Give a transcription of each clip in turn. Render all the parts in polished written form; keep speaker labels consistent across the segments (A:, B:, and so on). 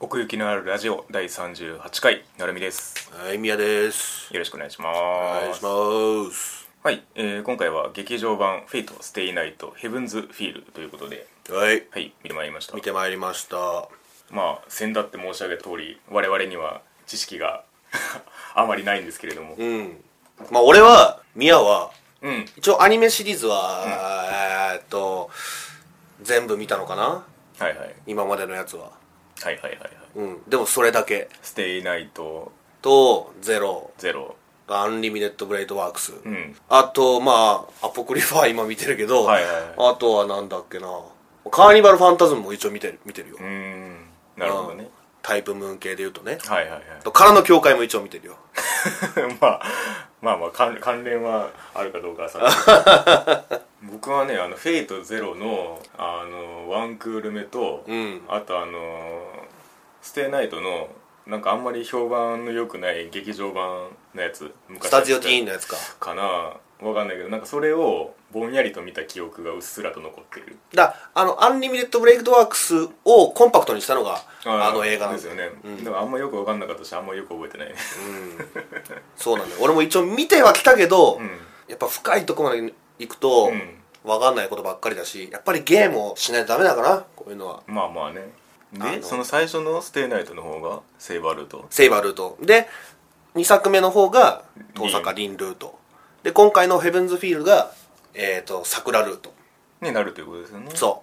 A: 奥行きのあるラジオ第38回なるみです。
B: はい、宮です。
A: よろしくお願いします。
B: お願いします。
A: はい、今回は劇場版フェイトステイナイトヘブンズフィールということで、
B: はい、
A: 見てまいりました。
B: 見てまいりました。
A: まあ先だって申し上げた通り我々には知識があまりないんですけれども、
B: まあ俺は宮は、一応アニメシリーズは、全部見たのかな。
A: はいはい、
B: 今までのやつは。
A: はいはいはいはい、
B: でもそれだけ。
A: ステイナイト
B: とゼロ
A: ア
B: アンリミテッドブレイドワークス、あとまあアポクリファー今見てるけど、
A: はいはいはい、
B: あとはなんだっけな、カーニバルファンタズムも一応見てるよ。
A: なるほどね。
B: タイプムーン系で言うとね、
A: はいはいはい、
B: 空の教会も一応見てるよ。
A: まあ関連はあるかどうかはさ僕はね、フェイトゼロのワンクール目と、あとステイナイトのなんかあんまり評判の良くない劇場版のやつ、
B: スタジオティーンのやつ
A: かな、わかんないけど、なんかそれをぼんやりと見た記憶がうっすらと残っている。
B: アンリミテッドブレイクドワークスをコンパクトにしたのが映画なん
A: ですよね。だからあんまよくわかんなかったし、あんまよく覚えてないね。
B: そうなんだよ。俺も一応見てはきたけど、やっぱ深いところまで行くと、わかんないことばっかりだし、やっぱりゲームをしないとダメだから、こういうのは。
A: まあね。でその最初のステイナイトの方がセイバールート
B: で、2作目の方が遠坂リンルートで、今回のヘブンズフィールが桜ルート
A: になるということですよね。
B: そう、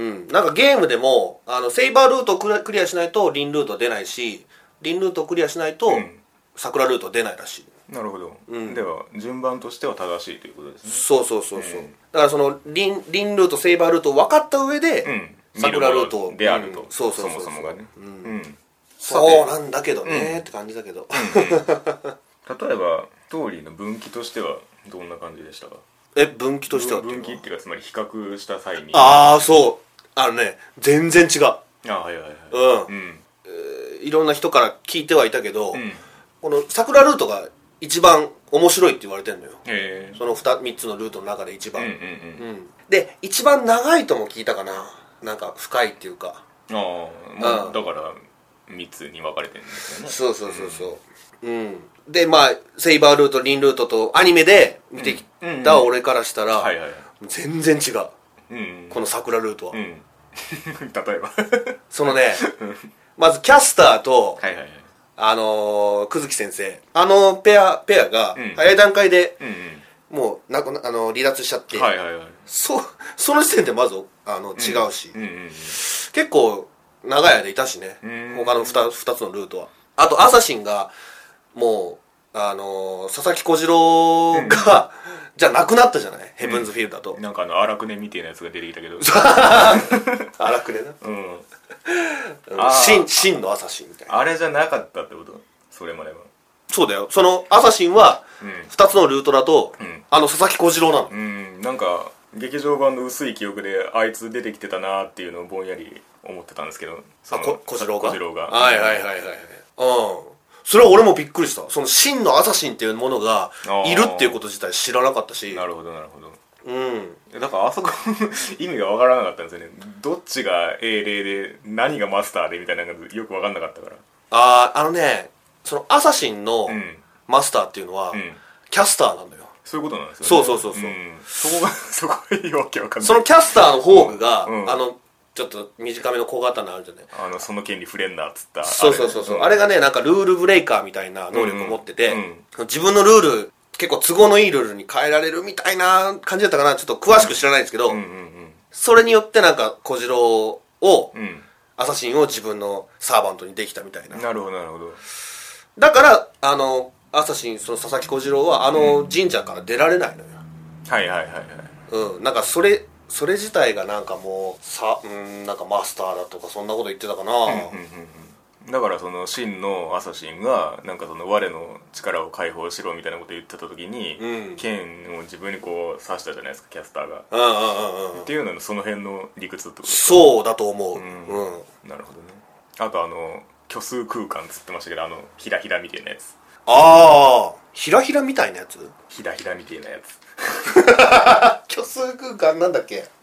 B: なんかゲームでもセイバールートをクリアしないとリンルート出ないし、リンルートをクリアしないと桜ルート出ないらしい。
A: なるほど、では順番としては正しいということですね。
B: そう、だからそのリンルートセイバールートを分かった上で、桜ルート
A: であると、
B: そ
A: もそもがね、
B: そうなんだけどね、って感じだけど
A: 例えばストーリーの分岐としてはどんな感じでしたか？
B: 分岐としては
A: 分岐っていうか、つまり比較した際に。
B: そう全然違う。いろんな人から聞いてはいたけど、この桜ルートが一番面白いって言われてるのよ。その3つのルートの中で一番、で一番長いとも聞いたかな。なんか深いっていうか、
A: だから3つに分かれてるんですよね。
B: そうで、まあセイバールートリンルートとアニメで見てきた俺からしたら全然違う、この桜ルートは。例
A: えば
B: そのねまずキャスターと久月先生、ペアが早い段階でもう離脱しちゃって、その時点でまず違うし、結構長い間いたしね、他の 2つのルートは。あとアサシンがもう佐々木小次郎が、じゃなくなったじゃない、ヘブンズフィールだと。
A: なんか荒くねみたいなやつが出てきたけど
B: 荒くねな、真のアサシンみたいな。
A: あれじゃなかったってこと？それまでは。
B: そうだよ。そのアサシンは2つのルートだと、佐々木小次郎なの。
A: なんか劇場版の薄い記憶であいつ出てきてたなっていうのをぼんやり思ってたんですけど、
B: 小次郎が
A: はい
B: それは俺もびっくりした。その真のアサシンっていうものがいるっていうこと自体知らなかったし。
A: なるほどだからあそこ意味がわからなかったんですよね。どっちが英霊で何がマスターでみたいなのがよくわかんなかったから。
B: そのアサシンのマスターっていうのはキャスターなんだよ。
A: そういうことなんですよね。
B: そう
A: そこがいいわけわかんない。
B: そのキャスターのホーグがちょっと短めの小刀あるじゃない。
A: その権利触れんなっつった
B: あれがね、なんかルールブレイカーみたいな能力を持ってて、自分のルール結構都合のいいルールに変えられるみたいな感じだったかな。ちょっと詳しく知らないんですけど、それによってなんか小次郎を、アサシンを自分のサーバントにできたみたいな。
A: なるほど
B: だからアサシン、その佐々木小次郎は神社から出られないのよ。なんかそれ自体がなんかもうなんかマスターだとかそんなこと言ってたかな。
A: だからその真のアサシンがなんかその我の力を解放しろみたいなこと言ってた時に、剣を自分にこう刺したじゃないですか、キャスターが。っていうののその辺の理屈ってことですか？
B: そうだと思う。
A: なるほどね。あと虚数空間っつってましたけど、ひらひらみたいなやつ。
B: ひらひらみたいなやつ。
A: ひらひらみたいなやつ
B: 虚数空間なんだっけ？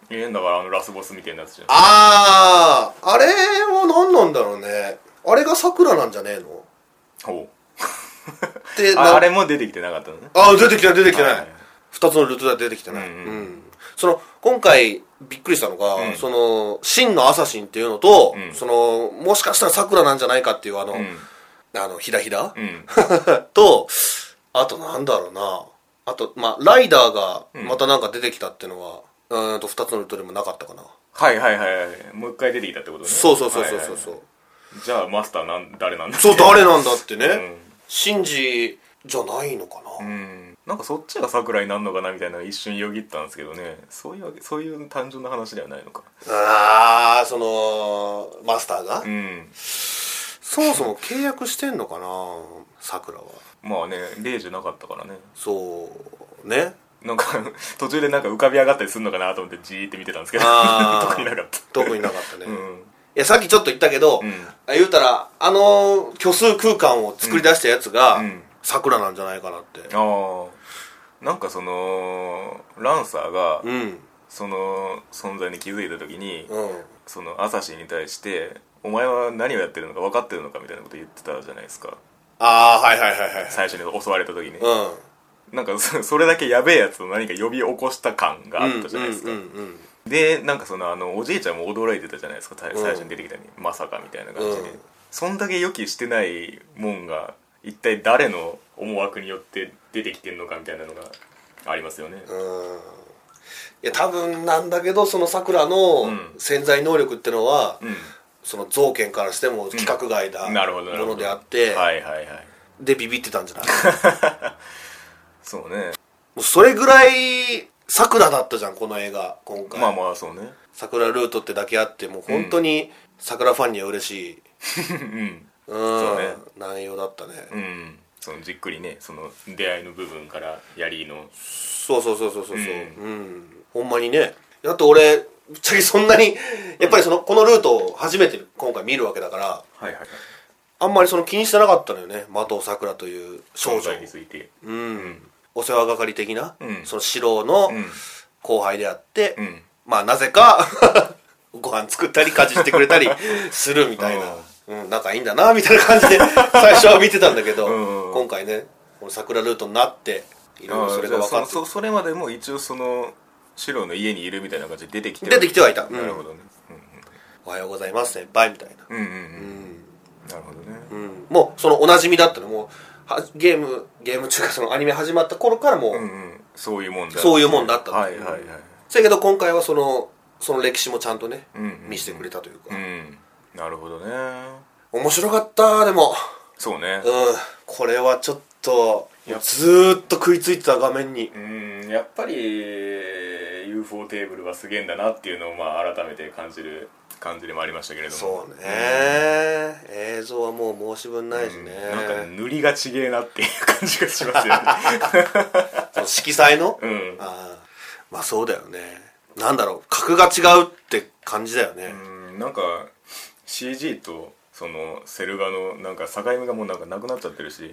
A: だからラスボスみたいなやつじゃん。
B: あれは何なんだろうね。あれが桜なんじゃねえの。
A: ほうであれも出てきてなかったのね。
B: 出てきてない、2つのルートでは出てきてない。その今回びっくりしたのが、その真のアサシンっていうのと、そのもしかしたら桜なんじゃないかっていうひらひらと、あとなんだろうな、あとライダーがまたなんか出てきたっていうのは、2つのルートでもなかったかな。
A: はいもう一回出てきたってことね。
B: そう
A: じゃあマスター誰なんだ。
B: そう、誰なんだってね。シンジじゃないのかな。
A: なんかそっちが桜になるのかなみたいな一瞬よぎったんですけどね。そういう単純な話ではないのか。
B: そのマスターが、そもそも契約してんのかな、桜は。
A: まあね、例じゃなかったからね。
B: そうね。
A: なんか途中でなんか浮かび上がったりするのかなと思ってじーって見てたんですけど特になかった
B: ね。いや、さっきちょっと言ったけど、言うたら虚数空間を作り出したやつが桜なんじゃないかなって。
A: なんかそのランサーが、その存在に気づいた時に、そのアサシンに対してお前は何をやってるのか分かってるのかみたいなこと言ってたじゃないですか。最初に襲われた時に、なんかそれだけやべえやつを何か呼び起こした感があったじゃないですか。でなんかそのおじいちゃんも驚いてたじゃないですか、最初に出てきたに、まさかみたいな感じで、そんだけ予期してないもんが一体誰の思惑によって出てきてんのかみたいなのがありますよね。
B: いや多分なんだけど、その桜の潜在能力ってのは、その造剣からしても規格外なものであって、でビビってたんじゃない
A: そうね。
B: もうそれぐらい桜だったじゃん、この映画今回。
A: そうね。
B: 桜ルートってだけあって、もう本当に桜ファンには嬉しいそうね、内容だったね。
A: そのじっくりね、その出会いの部分からやりの
B: そう、ほんまにね。だって俺ぶっちゃけそんなにやっぱりこのルートを初めて今回見るわけだから、あんまり気にしてなかったのよね、麻藤桜という少女について。お世話係的な、その四郎の後輩であって、なぜかご飯作ったり家事してくれたりするみたいな、仲いいんだなみたいな感じで最初は見てたんだけど、今回ね、この桜ルートになっていろいろそれが分かって、
A: それまでも一応その四郎の家にいるみたいな感じで出てき
B: てはいた。
A: なるほどね。
B: おはようございます先輩みたいな。
A: なるほどね。
B: もうおなじみだったの、もうゲーム中かそのアニメ始まった頃からもう
A: そういうもんだ
B: った。そやけど今回はその歴史もちゃんとね見せてくれたというか。
A: なるほどね。
B: 面白かった。でも
A: そうね。
B: これはちょっとずーっと食いついてた画面に。
A: やっぱり UFO テーブルはすげえんだなっていうのを改めて感じる感じでもありましたけれども。
B: そうね、映像はもう申し分ないしね、
A: なんか塗りがちげえなっていう感じがしますよね
B: その色彩の、そうだよね。なんだろう、格が違うって感じだよね。
A: なんか CG とそのセル画のなんか境目がもうなんかなくなっちゃってるし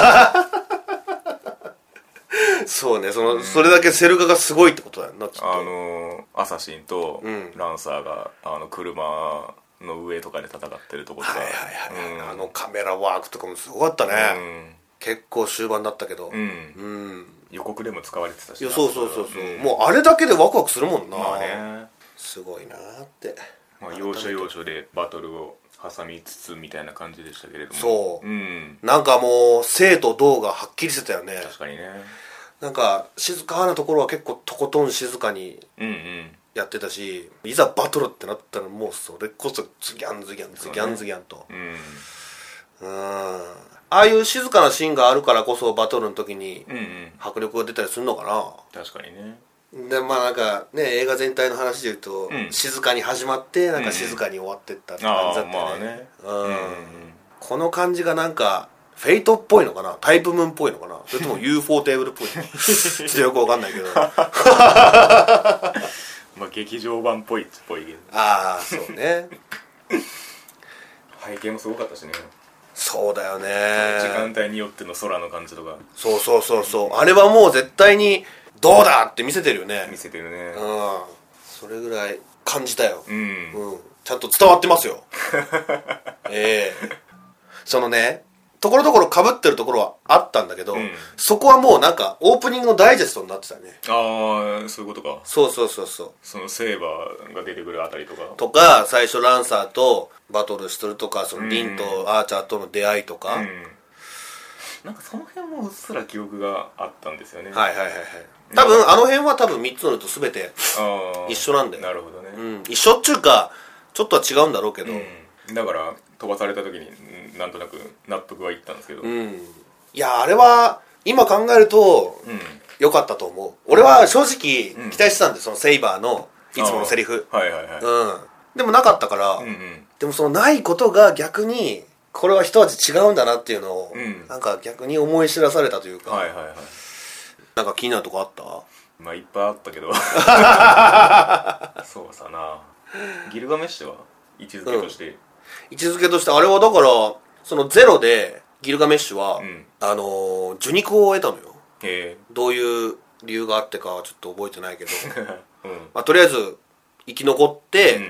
B: そうね、それだけセル画がすごいってことだよな、きっと。
A: アサシンとランサーが車の上とかで戦ってるところとか、
B: カメラワークとかもすごかったね。結構終盤だったけど、
A: 予告でも使われてたし。
B: そう、もうあれだけでワクワクするもんな。すごいなーって。
A: 要所要所でバトルを挟みつつみたいな感じでしたけれども。
B: そう、なんかもう生と動がはっきりしてたよね。
A: 確かにね。
B: なんか静かなところは結構とことん静かにやってたし、いざバトルってなったらもうそれこそズギャンズギャンと、ああいう静かなシーンがあるからこそバトルの時に迫力が出たりするのか
A: な。確かにね。
B: でなんかね、映画全体の話でいうと、静かに始まってなんか静かに終わってったって感じだったよね。この感じがなんかフェイトっぽいのかな、タイプムーンっぽいのかな、それとも UFO テーブルっぽいのちょっとよくわかんないけど
A: 劇場版っぽいけど。
B: そうね
A: 背景もすごかったしね。
B: そうだよね、
A: 時間帯によっての空の感じとか。
B: そうあれはもう絶対にどうだって見せてるよね。
A: 見せてるね。
B: それぐらい感じたよ。ちゃんと伝わってますよ。そのね、ところどころ被ってるところはあったんだけど、そこはもうなんかオープニングのダイジェストになってたね。
A: ああ、そういうことか。
B: そう
A: そのセーバーが出てくるあたりと
B: か最初ランサーとバトルするとか、そのリンとアーチャーとの出会いとか、
A: なんかその辺もうっすら記憶があったんですよね。
B: 多分あの辺は多分3つのルート全て一緒なんだよ。
A: なるほどね、
B: 一緒っちゅうかちょっとは違うんだろうけど、
A: だから飛ばされた時になんとなく納得はいったんですけど、
B: いやあれは今考えると良かったと思う。俺は正直期待してたんで、そのセイバーのいつものセリフ、でもなかったから、でもそのないことが逆にこれは一味違うんだなっていうのを、なんか逆に思い知らされたというか、なんか気になるとこあった？
A: まあいっぱいあったけどそうさな、ギルガメッシュは位置づけとして、
B: 位置づけとしてあれはだからそのゼロでギルガメッシュは、受肉を得たのよ。どういう理由があってかはちょっと覚えてないけど、まあ、とりあえず生き残って、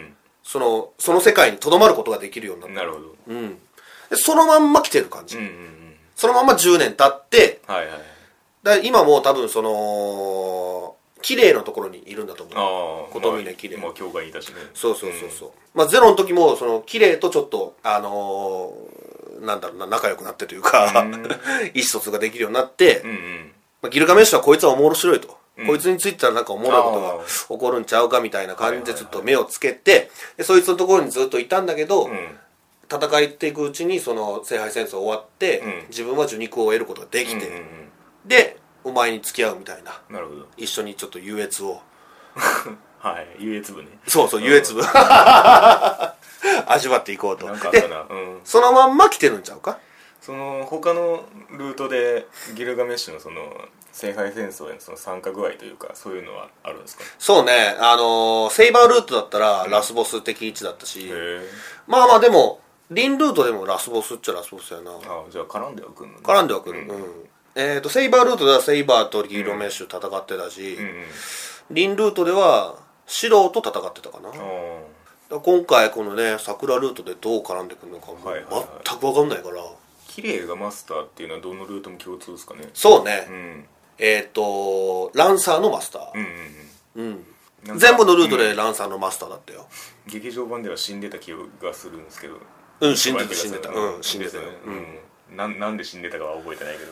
B: その世界にとどまることができるようになった。
A: なるほど、
B: でそのまんま来てる感じ、そのまんま10年経って、だ今もう多分その綺麗なところにいるんだと思う。ことみね綺麗、
A: まあ教会にいたしね。
B: そう、まあゼロの時もその綺麗とちょっとなんだろうな、仲良くなってというか意思疎通ができるようになって、まあ、ギルガメッシュはこいつは面白いと、こいつについてたらなんかおもろいことが起こるんちゃうかみたいな感じでちょっと目をつけて、でそいつのところにずっといたんだけど、戦っていくうちにその聖杯戦争終わって、自分は受肉を得ることができて、でお前に付き合うみたいな。
A: なるほど。
B: 一緒にちょっと優越を
A: 優越部ね。
B: そう優越部味わっていこうと。
A: なんかあったな。
B: そのまんま来てるんちゃうか。
A: その他のルートでギルガメッシュのその聖杯戦争へのその参加具合というか、そういうのはあるんですか？
B: そうね、セイバールートだったらラスボス的位置だったし、まあでもリンルートでもラスボスっちゃラスボスやな。
A: じゃあ絡んではくるのね。
B: 絡んではくる。セイバールートではセイバーとギルガメッシュ戦ってたし、リンルートではシローと戦ってたかな。今回このね桜ルートでどう絡んでくるのか全く分かんないから。
A: 綺麗がマスターっていうのはどのルートも共通ですかね。
B: そうね、ランサーのマスター、全部のルートでランサーのマスターだったよ。
A: 劇場版では死んでた気がするんですけど。
B: 死んでた死んでたよ。
A: なんで死んでたかは覚えてないけ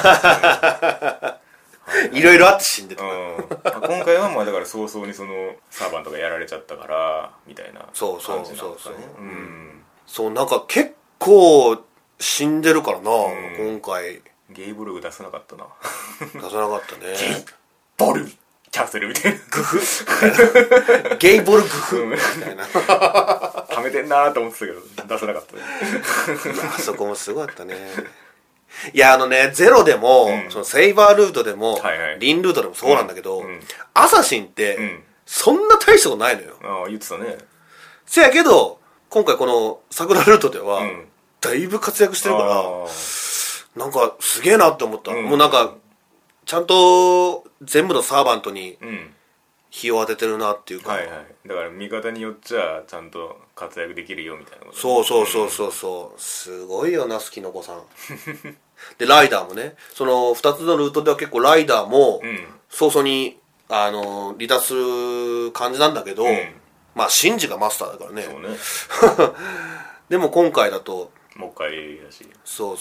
B: どいろいろあって死んでた。
A: 今回はまあだから早々にそのサーバントがやられちゃったからみたいな感じなんですかね。
B: そうなんか結構死んでるからな、今回。
A: ゲイボルグ出さなかったな。
B: 出さなかったね。
A: ゲイボルキャンセルみたいな。
B: グフゲイボルグフみたいな。
A: 貯めてんなーと思ってたけど出さなかったね。
B: いやそこもすごかったね。いやゼロでも、そのセイバールートでも、リンルートでもそうなんだけど、アサシンって、そんな大したことないのよ。
A: 言ってたね。
B: せやけど今回この桜ルートでは、だいぶ活躍してるから、なんかすげえなって思った。もうなんかちゃんと全部のサーバントに日を当ててるなっていうか、
A: だから味方によっちゃちゃんと活躍できるよみたいなこと。
B: そうすごいよなスキノコさん。でライダーもね、その2つのルートでは結構ライダーも早々に離脱する感じなんだけど、まあシンジがマスターだからね。
A: そうね。
B: でも今回だと
A: もう一回だし。そう、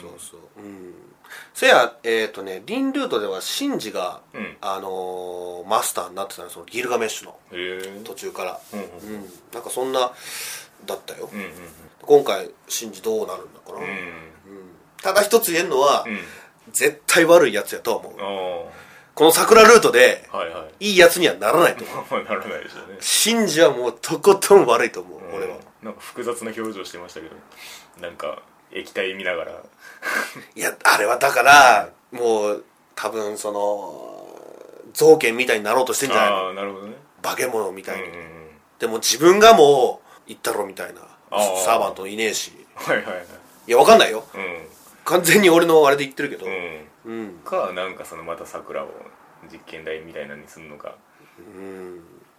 B: せやリンルートではシンジが、マスターになってたの、そのギルガメッシュの途中から、なんかそんなだったよ。今回シンジどうなるんだかな。ただ一つ言えるのは、絶対悪いやつやとは思う。この桜ルートで、いいやつにはならないと思う。
A: ならないでしょうね。
B: シンジはもうとことん悪いと思う、俺は。
A: なんか複雑な表情してましたけど、なんか液体見ながら。
B: いやあれはだからもう多分その造剣みたいになろうとしてんじゃないの。
A: なるほどね。
B: 化け物みたいに、でも自分がもう行ったろみたいな。サーバントいねえし。いやわかんないよ、完全に俺のあれで言ってるけど、か
A: なんかそのまた桜を実験台みたいなのにすんのか。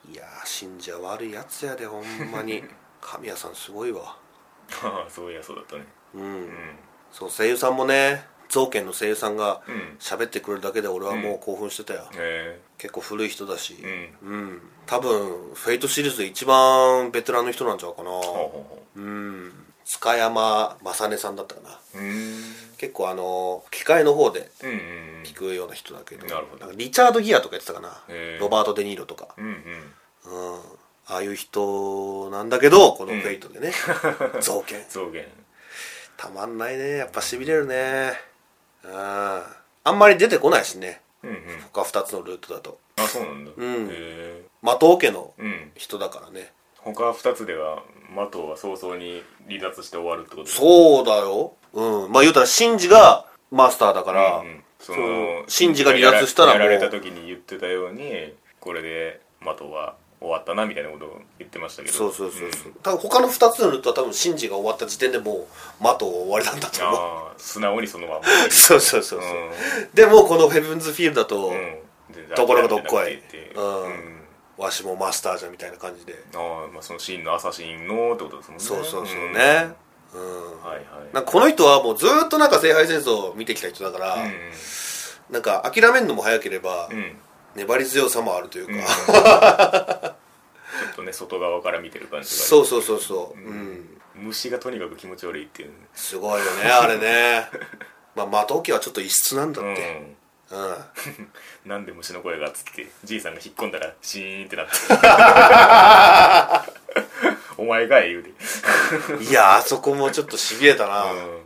B: いやー信者悪いやつやでほんまに神谷さんすごいわ
A: ああそういやそうだったね
B: そう声優さんもね造剣の声優さんが喋ってくれるだけで俺はもう興奮してたよ、結構古い人だし、多分フェイトシリーズで一番ベテランの人なんちゃうかな。塚山正音さんだったかな。結構機械の方で聞くような人だけど、なんかリチャード・ギアとか言ってたかな、ロバート・デ・ニーロとか、ああいう人なんだけどこのフェイトでね、造剣たまんないね、やっぱしびれるね。あんまり出てこないしね、他2つのルートだと。
A: あ、そうなんだ。
B: 的尾家の人だからね。
A: 他2つでは的尾は早々に離脱して終わるってこと？
B: そうだよ。まあ言うたらシンジがマスターだから、シンジが離脱したらもう
A: やられた時に言ってたようにこれで的尾は終わったなみたいなことを言ってましたけど、
B: そう多分他の2つのルートは多分シンジが終わった時点でもう的尾終わりなんだと思う。
A: 素直にそのまま
B: そう、でもこのヘブンズフィールドだと、ところがどっこい、わしもマスターじゃんみたいな感じで、
A: まあ、そのシーンのアサシンのってことですもんね。
B: そうね。なんかこの人はもうずっとなんか聖杯戦争を見てきた人だから、なんか諦めるのも早ければ、粘り強さもあるというか、
A: ちょっとね外側から見てる感じが。
B: そう、
A: 虫がとにかく気持ち悪いっていう、
B: すごいよねあれね。まあ的家はちょっと異質なんだって。
A: なんで虫の声がっつってじいさんが引っ込んだらシーンってなってお前が言うで
B: いやあそこもちょっとしびれたな。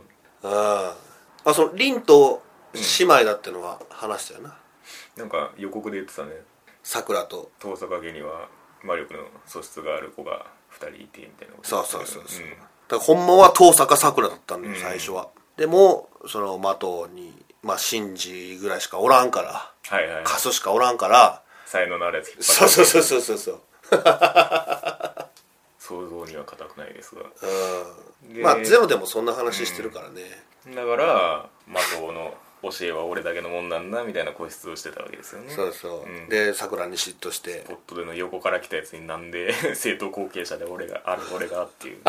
B: その凛と姉妹だってのは話したよな。
A: なんか予告で言ってたね。
B: さくらと
A: 遠坂家には魔力の素質がある子が2人いてみたいなこと。
B: そうだから本物は遠坂さくらだったんだよ最初は。でもその的にシンジぐらいしかおらんから、カスしかおらんから
A: 才能のあるやつ引っ張
B: そう
A: 想像には固くないですが、
B: ゼロでもそんな話してるからね。
A: だから的尾の教えは俺だけのもんなんだみたいな固執をしてたわけですよね。
B: でさくらに嫉妬して
A: ポットでの横から来たやつになんで正当後継者で俺がっていう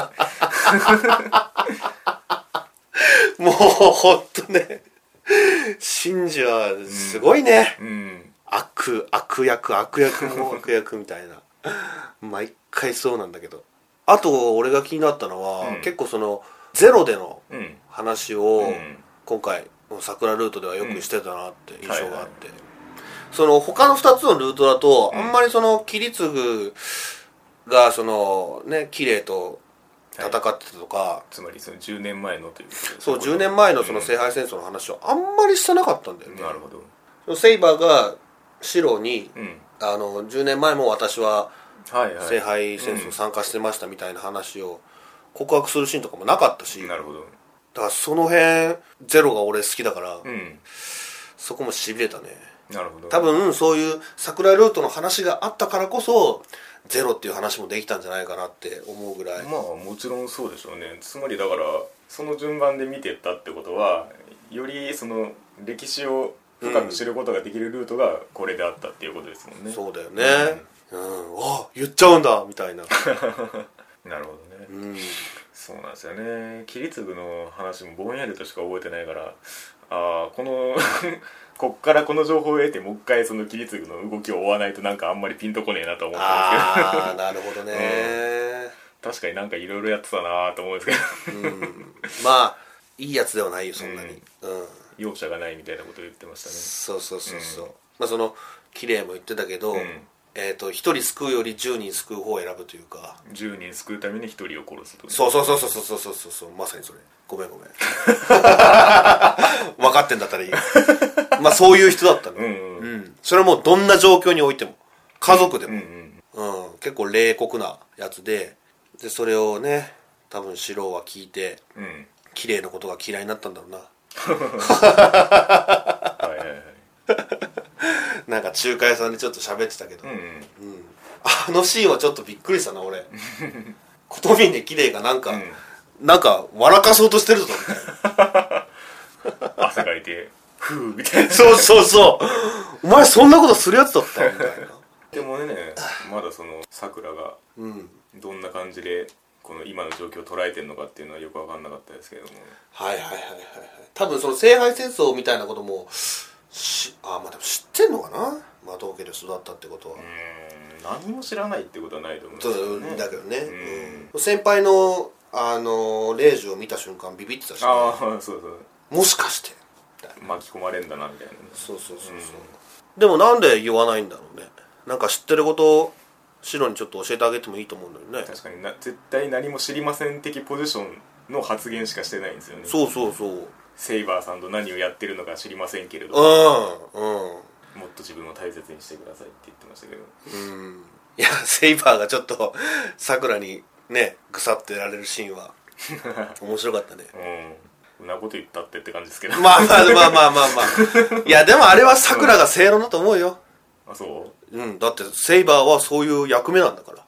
B: もうほんとねシンジはすごいね、悪役みたいな毎回そうなんだけど。あと俺が気になったのは、結構そのゼロでの話を今回桜ルートではよくしてたなって印象があって、その他の2つのルートだとあんまりその桐次がそのねキレイと戦ってたとか、
A: つまりその10年前のという
B: そう10年前のその聖杯戦争の話をあんまりしてなかったんだよね。
A: なるほど。
B: セイバーが白に、10年前も私は聖杯戦争参加してましたみたいな話を告白するシーンとかもなかったし、
A: なるほど。
B: だからその辺ゼロが俺好きだから、そこもしびれたね。
A: なるほど。
B: 多分そういう桜ルートの話があったからこそゼロっていう話もできたんじゃないかなって思うぐらい。
A: まあもちろんそうでしょうね。つまりだからその順番で見てったってことはよりその歴史を深く知ることができるルートがこれであったっていうことですもんね。
B: そうだよね。言っちゃうんだみたいな。
A: なるほどね。そうなんですよね。桐次の話もぼんやりとしか覚えてないから、こっからこの情報を得てもう一回その桐次の動きを追わないとなんかあんまりピンとこねえなと思ったんですけど。
B: なるほどね。
A: 確かになんかいろいろやってたなと思うんですけど。
B: まあいいやつではないよそんなに。
A: 容赦がないみたいなことを言ってましたね。
B: そう。まあその綺麗も言ってたけど。1人救うより10人救う方を選ぶというか、
A: 10人救うために1人を殺すと。
B: そうまさにそれ。ごめん分かってんだったらいい。まあそういう人だったの。それはもうどんな状況においても家族でも、結構冷酷なやつでそれをね多分四郎は聞いて、綺麗なことが嫌いになったんだろうな。なんか仲介さんでちょっと喋ってたけど、あのシーンはちょっとびっくりしたな俺。ことみんで綺麗がなんか笑かそうとしてるぞみたい
A: な。汗かいてふうみたいな。
B: そうお前そんなことするやつだったみたいな。
A: でもねまだそのさくらがどんな感じでこの今の状況を捉えてるのかっていうのはよく分かんなかったですけれども、
B: はいはいはいはいはい。多分その聖杯戦争みたいなこともまあでも知ってんのかな、まあ道家で育ったってことは。
A: 何も知らないってことはないと思うんですよね。
B: だけどね、先輩のレイジを見た瞬間ビビってたし、ね、
A: ああそうそう、
B: もしかして
A: 巻き込まれんだなみたいな、ね、
B: そうそうそうそう、でもなんで言わないんだろうね。なんか知ってることをシロにちょっと教えてあげてもいいと思うんだよね。
A: 確かに絶対何も知りません的ポジションの発言しかしてないんですよね。
B: そうそうそう。
A: セイバーさんと何をやってるのか知りませんけれど、もっと自分を大切にしてくださいって言ってましたけど、
B: いやセイバーがちょっとさくらにねぐさってやられるシーンは面白かったね。
A: そんなこと言ったって感じですけど、
B: まあいやでもあれはさくらが正論だと思うよ。
A: あ、そう？
B: だってセイバーはそういう役目なんだから、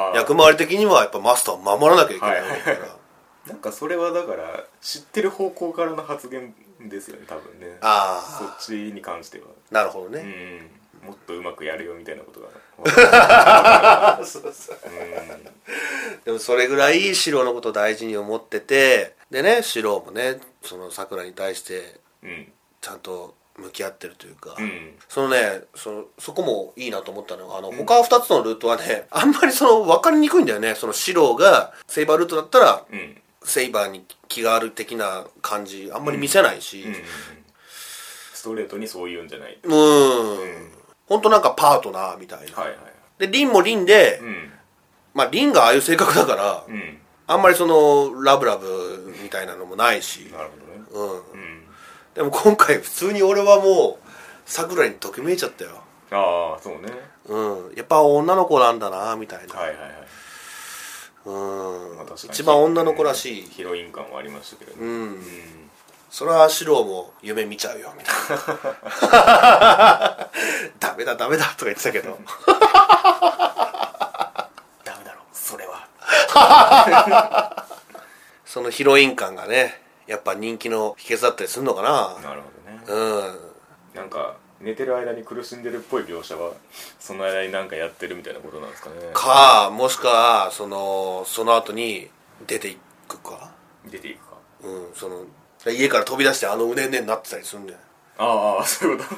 B: 役回り的にはやっぱマスターを守らなきゃいけないから、
A: なんかそれはだから知ってる方向からの発言ですよね多分ね。そっちに関しては。
B: なるほどね。
A: もっとうまくやるよみたいなことがそうそう、
B: でもそれぐらいシロのことを大事に思ってて、でねシロもねそのさくらに対してちゃんと向き合ってるというか、そのねそこもいいなと思ったのが他2つのルートはねあんまりその分かりにくいんだよね。そのシロがセイバールートだったら、セイバーに気がある的な感じあんまり見せないし、
A: ストレートにそう言うんじゃない。
B: 本当なんかパートナーみたいな、でリンもリンで、まあリンがああいう性格だから、あんまりそのラブラブみたいなのもないし、
A: なるほどね。
B: でも今回普通に俺はもうさくらにときめいちゃったよ。
A: ああそうね。
B: やっぱ女の子なんだなみたいな。一番女の子らしい
A: ヒロイン感はありましたけどね。
B: それはシロも夢見ちゃうよみたいなダメだとか言ってたけどダメだろそれはそのヒロイン感がねやっぱ人気の秘訣だったりするのかな。
A: なるほどね。なんか寝てる間に苦しんでるっぽい描写はその間に何かやってるみたいなことなんですかね。
B: もしくはその後に出ていくか。その家から飛び出してうねうねになってたりするんだよ。
A: ああそういうこと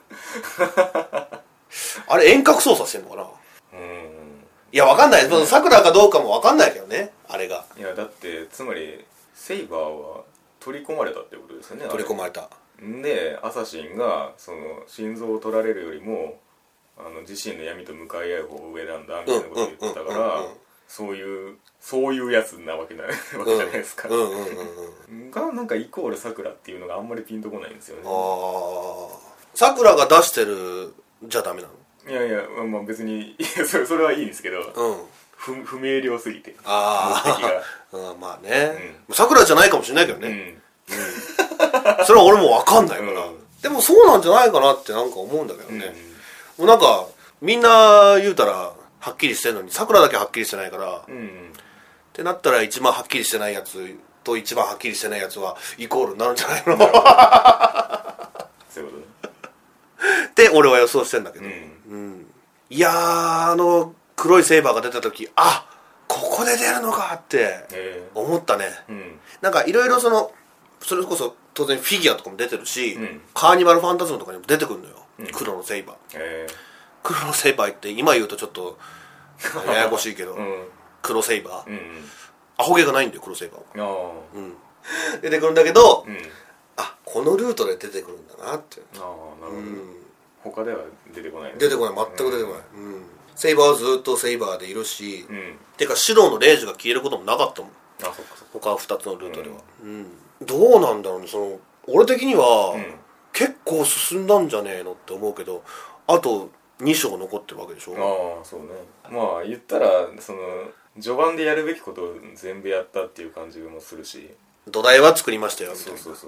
B: あれ遠隔操作してんのかな。いやわかんない。さくらかどうかもわかんないけどねあれが。
A: いやだってつまりセイバーは取り込まれたってことですよね。
B: 取り込まれた。
A: でアサシンがその心臓を取られるよりも自身の闇と向かい合う方を選んだみたいなことを言ってたから、そういうやつなわけじゃないですか。がなんかイコールさくらっていうのがあんまりピンとこないんですよね。
B: さくらが出してるじゃダメなの。
A: いやまあ別にそれはいいんですけど、不明瞭すぎて目的が
B: まあねさくらじゃないかもしれないけどね。それは俺も分かんないから、でもそうなんじゃないかなってなんか思うんだけどね。もうなんかみんな言うたらはっきりしてるのにさくらだけはっきりしてないから、ってなったら一番はっきりしてないやつと一番はっきりしてないやつはイコールになるんじゃないの
A: そういうことね
B: って俺は予想してんだけど、いやー黒いセイバーが出た時ここで出るのかって思ったね。なんかいろいろそれこそ当然フィギュアとかも出てるし、カーニバルファンタズムとかにも出てくるのよ、黒のセイバー。黒のセイバーって今言うとちょっとややこしいけど、黒セイバー、アホ毛がないんだよ黒セイバーは。出てくるんだけど、このルートで出てくるんだなって。
A: なるほど。他では出てこない。
B: 出てこない、全く出てこない。セイバーはずっとセイバーでいるし、てかシロのレイジが消えることもなかったもん。他2つのルートでは。どうなんだろうね。俺的には、結構進んだんじゃねえのって思うけど、あと2章残ってるわけでしょ。
A: そうね。まあ言ったら序盤でやるべきことを全部やったっていう感じもするし、
B: 土台は作りましたよみたいな。
A: そう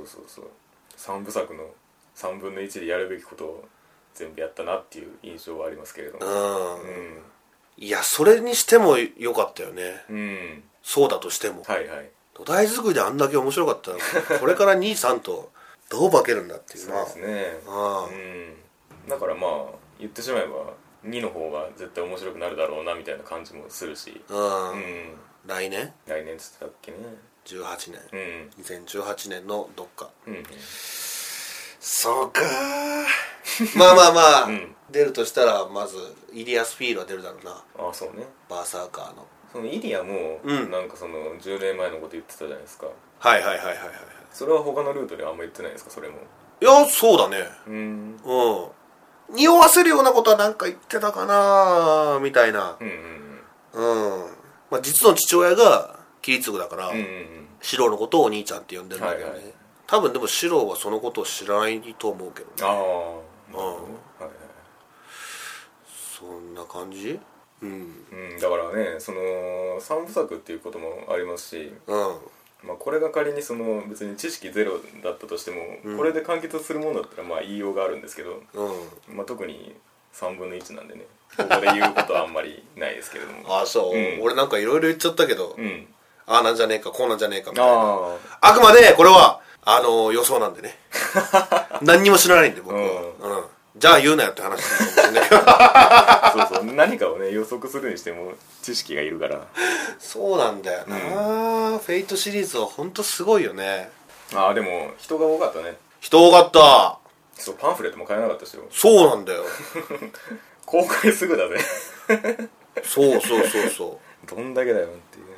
A: 3部作の3分の1でやるべきことを全部やったなっていう印象はありますけれども。い
B: やそれにしても良かったよね。そうだとしても、土台作りであんだけ面白かったらこれから兄さんとどう化けるんだっていうな。
A: そうですね。だからまあ言ってしまえば 2の方が絶対面白くなるだろうなみたいな感じもするし、
B: 来年っ
A: つってたっけね、
B: 18年、2018年のどっか、そうかまあ、出るとしたらまずイリア・スピールは出るだろうな。
A: ああそうね、
B: バーサーカーの
A: そのイリアも、なんかその10年前のこと言ってたじゃないですか。
B: はい。
A: それは他のルートではあんま言ってないですか、それも。
B: いやそうだね。匂わせるようなことはなんか言ってたかなみたいな。まあ、実の父親がキリツグだから、シロのことをお兄ちゃんって呼んでるんだけどね、多分でもシロはそのことを知らないと思うけどね。そんな感じ。
A: だからね、その3部作っていうこともありますし、まあ、これが仮にその別に知識ゼロだったとしても、これで完結するものだったらまあ言いようがあるんですけど、まあ、特に3分の1なんでね、ここで言うことはあんまりないですけれども
B: あ、そう、俺なんかいろいろ言っちゃったけど、ああなんじゃねえかこうなんじゃねえかみたいな、あくまでこれは予想なんでね何にも知らないんで僕は、じゃあ言うなよって話かもしれないけど
A: そう何かをね予測するにしても知識がいるから。
B: そうなんだよな、フェイトシリーズはほんとすごいよね。
A: でも人が多かったね。
B: 人多かった。
A: そう、パンフレットも買えなかったしよ。
B: そうなんだよ
A: 公開すぐだぜ
B: そう
A: どんだけだよっていう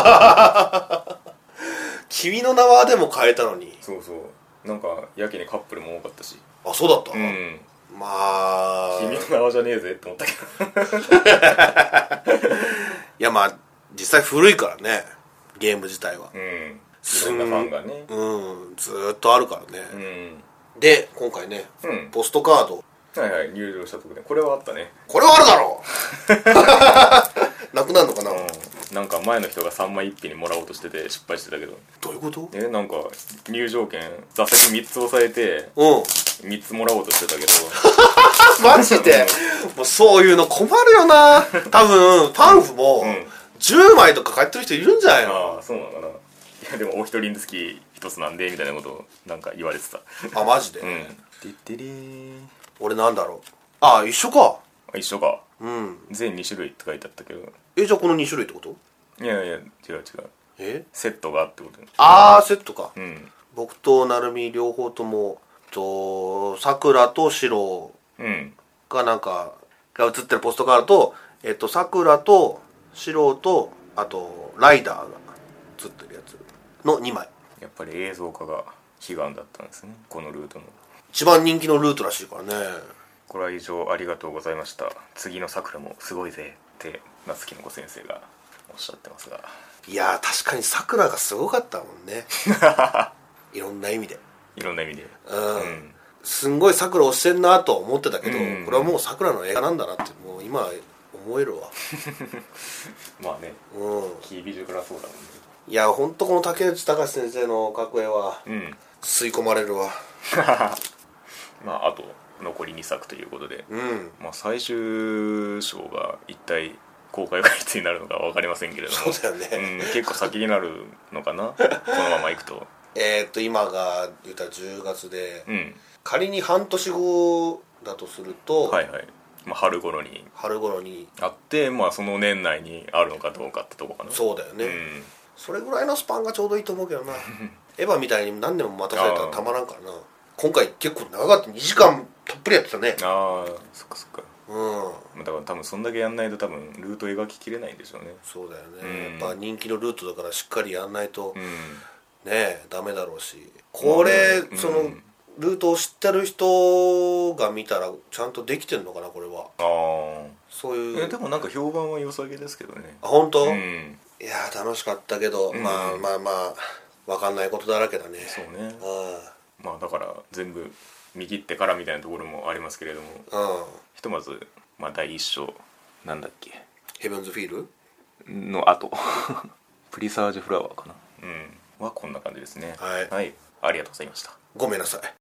B: 君の名はでも買えたのに。
A: そうなんかやけにカップルも多かったし。
B: あ、そうだった。まあ
A: 君の名はじゃねえぜって思ったけ
B: どいやまあ実際古いからねゲーム自体は。
A: いろんなファンがね
B: ずーっとあるからね。で今回ね、ポストカード
A: 入場したとこでこれはあったね。
B: これはあるだろうなくなるのかな。
A: なんか前の人が3枚一気にもらおうとしてて失敗してたけど。
B: どういうこと？
A: なんか入場券座席3つ押さえて3つもらおうとしてたけど
B: マジでもうそういうの困るよな多分パンフも10枚とか買ってる人いるんじゃないの。
A: そうなのかな。いやでもお一人につき1つなんでみたいなことをなんか言われてた。
B: マジで。俺なんだろう。一緒か。
A: 一緒か。全2種類って書いてあったけど。
B: じゃあこの2種類ってこと？
A: いや違うセットがってこと。
B: セットか。僕と成海両方ともさくらとシロがなんかが写ってるポストカードとさくらとシロとあとライダーが写ってるやつの2枚。
A: やっぱり映像化が悲願だったんですね、このルートの。
B: 一番人気のルートらしいからね。
A: ご来場ありがとうございました。次のさくらもすごいぜって夏木の子先生がおっしゃってますが。
B: いや確かにさくらがすごかったもんねいろんな意味で。すんごいさくら推してんなとは思ってたけど、これはもうさくらの映画なんだなってもう今思えるわ
A: まあね、キービジュアルからそうだもんね。
B: いやほんとこの竹内隆先生の格絵は吸い込まれるわ
A: まああと残り2作ということで、まあ、最終章が一体公開がいつになるのか分かりませんけれども。
B: そうだよね、
A: 結構先になるのかなこのままいくと
B: 今が言ったら10月で、仮に半年後だとすると
A: まあ、春頃に
B: あ
A: って、まあ、その年内にあるのかどうかってとこかな。
B: そうだよね、それぐらいのスパンがちょうどいいと思うけどなエヴァみたいに何年も待たされたらたまらんからな。今回結構長かった2時間たっぷりやってたね。
A: そっかだから多分そんだけやんないと多分ルート描ききれないんでしょうね。
B: そうだよね、やっぱ人気のルートだからしっかりやんないと、ねダメだろうし、これ、そのルートを知ってる人が見たらちゃんとできてんのかなこれは。そういう
A: でもなんか評判は良さげですけどね。
B: 本当？いや楽しかったけど、まあ分かんないことだらけだね。
A: そうね。まあだから全部見切ってからみたいなところもありますけれども、ひとまず、まあ、第一章なんだっけ、
B: ヘブンズフィール
A: の後プリサージュフラワーかなはこんな感じですね。はい、ありがとうございました。
B: ごめんなさい。